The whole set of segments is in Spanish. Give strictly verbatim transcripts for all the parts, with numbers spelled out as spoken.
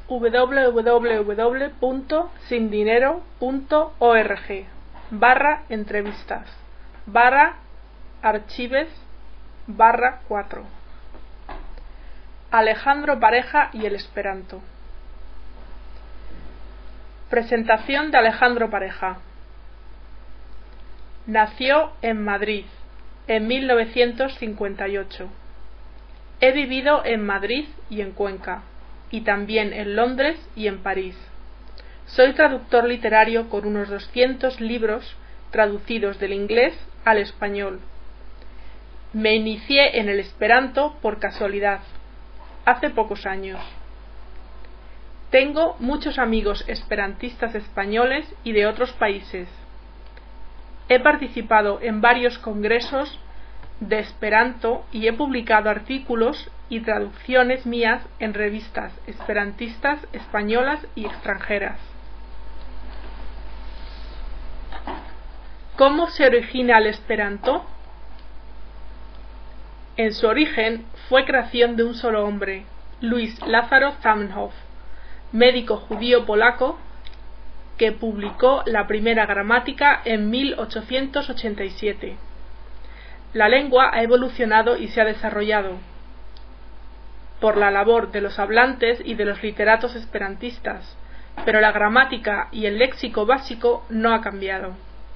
w w w punto sin dinero punto org barra entrevistas barra archives barra cuatro. Alejandro Pareja y el Esperanto. Presentación de Alejandro Pareja. Nació en Madrid en mil novecientos cincuenta y ocho. He vivido en Madrid y en Cuenca, y también en Londres y en París. Soy traductor literario con unos doscientos libros traducidos del inglés al español. Me inicié en el Esperanto por casualidad, hace pocos años. Tengo muchos amigos esperantistas españoles y de otros países. He participado en varios congresos de Esperanto y he publicado artículos y traducciones mías en revistas esperantistas españolas y extranjeras. ¿Cómo se origina el Esperanto? En su origen fue creación de un solo hombre, Luis Lázaro Zamenhof, médico judío polaco, que publicó la primera gramática en mil ochocientos ochenta y siete. La lengua ha evolucionado y se ha desarrollado por la labor de los hablantes y de los literatos esperantistas, pero la gramática y el léxico básico no ha cambiado.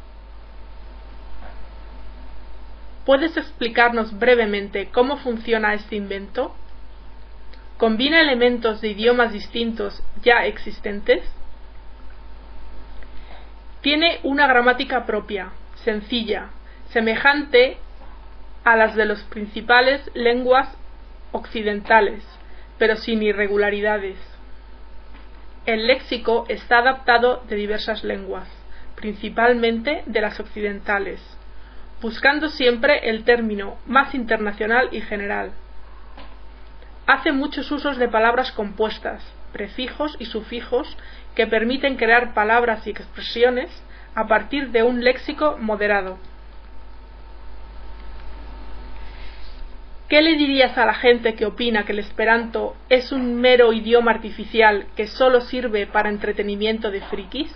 ¿Puedes explicarnos brevemente cómo funciona este invento? ¿Combina elementos de idiomas distintos ya existentes? Tiene una gramática propia, sencilla, semejante a las de las principales lenguas occidentales, pero sin irregularidades. El léxico está adaptado de diversas lenguas, principalmente de las occidentales, buscando siempre el término más internacional y general. Hace muchos usos de palabras compuestas, prefijos y sufijos que permiten crear palabras y expresiones a partir de un léxico moderado. ¿Qué le dirías a la gente que opina que el Esperanto es un mero idioma artificial que solo sirve para entretenimiento de frikis?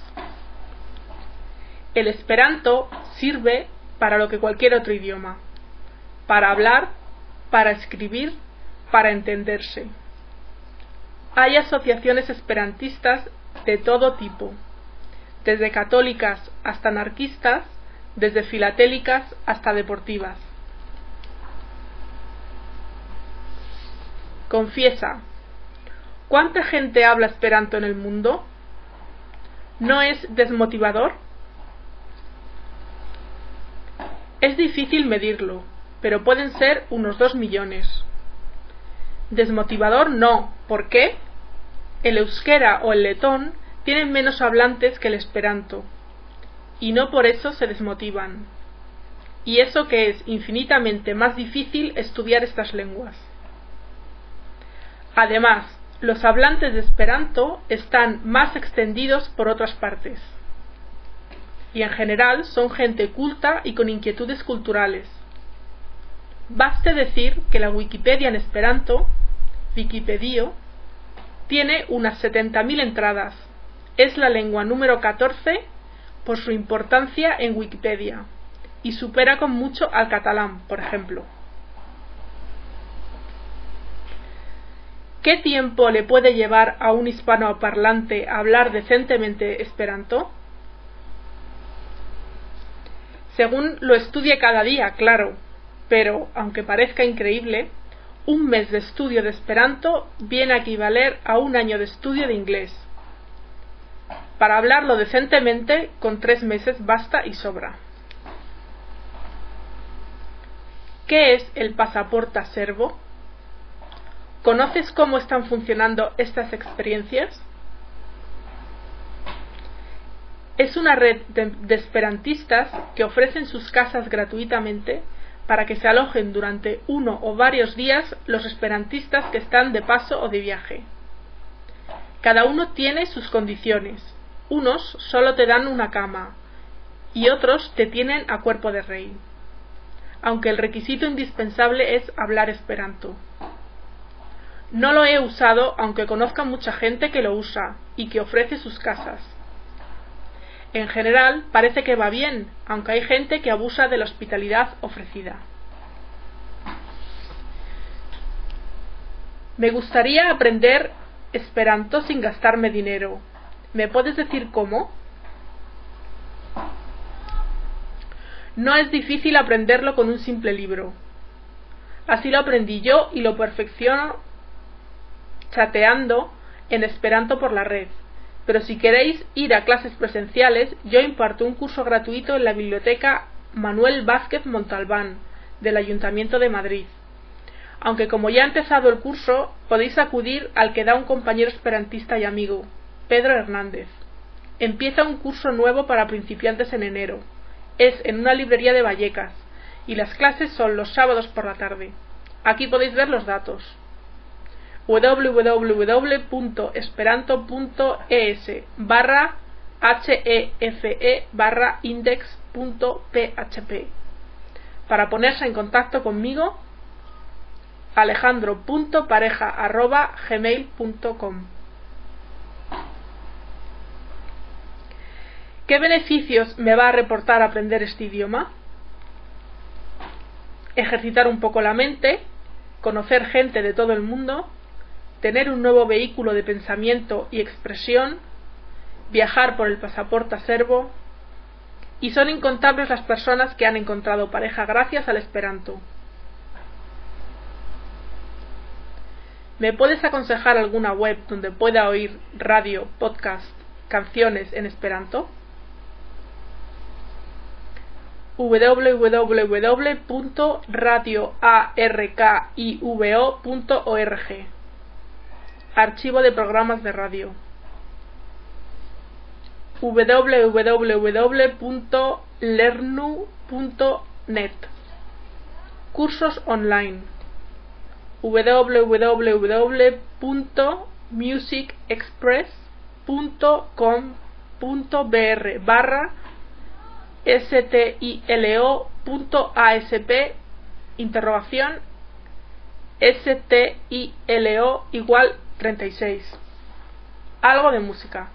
El Esperanto sirve para lo que cualquier otro idioma, para hablar, para escribir, para entenderse. Hay asociaciones esperantistas de todo tipo, desde católicas hasta anarquistas, desde filatélicas hasta deportivas. Confiesa, ¿cuánta gente habla Esperanto en el mundo? ¿No es desmotivador? Es difícil medirlo, pero pueden ser unos dos millones. Desmotivador no. ¿Por qué? El euskera o el letón tienen menos hablantes que el Esperanto, y no por eso se desmotivan. Y eso que es infinitamente más difícil estudiar estas lenguas. Además, los hablantes de Esperanto están más extendidos por otras partes. Y en general son gente culta y con inquietudes culturales. Baste decir que la Wikipedia en Esperanto, Wikipedio, tiene unas setenta mil entradas. Es la lengua número catorce por su importancia en Wikipedia y supera con mucho al catalán, por ejemplo. ¿Qué tiempo le puede llevar a un hispanoparlante a hablar decentemente Esperanto? Según lo estudie cada día, claro, pero, aunque parezca increíble, un mes de estudio de Esperanto viene a equivaler a un año de estudio de inglés. Para hablarlo decentemente, con tres meses basta y sobra. ¿Qué es el pasaporte serbo? ¿Conoces cómo están funcionando estas experiencias? Es una red de, de esperantistas que ofrecen sus casas gratuitamente para que se alojen durante uno o varios días los esperantistas que están de paso o de viaje. Cada uno tiene sus condiciones. Unos solo te dan una cama y otros te tienen a cuerpo de rey, aunque el requisito indispensable es hablar esperanto. No lo he usado, aunque conozca mucha gente que lo usa y que ofrece sus casas. En general, parece que va bien, aunque hay gente que abusa de la hospitalidad ofrecida. Me gustaría aprender Esperanto sin gastarme dinero. ¿Me puedes decir cómo? No es difícil aprenderlo con un simple libro. Así lo aprendí yo y lo perfecciono chateando en Esperanto por la red. Pero si queréis ir a clases presenciales, yo imparto un curso gratuito en la biblioteca Manuel Vázquez Montalbán del Ayuntamiento de Madrid. Aunque como ya ha empezado el curso, podéis acudir al que da un compañero esperantista y amigo, Pedro Hernández. Empieza un curso nuevo para principiantes en enero. Es en una librería de Vallecas y las clases son los sábados por la tarde. Aquí podéis ver los datos: w w w punto esperanto punto e s barra hefe barra index punto p h p. Para ponerse en contacto conmigo, alejandro punto pareja arroba gmail punto com. ¿Qué beneficios me va a reportar aprender este idioma? Ejercitar un poco la mente, conocer gente de todo el mundo, tener un nuevo vehículo de pensamiento y expresión, viajar por el pasaporte serbo, y son incontables las personas que han encontrado pareja gracias al Esperanto. ¿Me puedes aconsejar alguna web donde pueda oír radio, podcast, canciones en Esperanto? w w w punto radio archivo punto org. Archivo de programas de radio. w w w punto lernu punto net. Cursos online. w w w punto musicexpress punto com punto b r barra stilo punto asp interrogación stilo igual treinta y seis. Algo de música.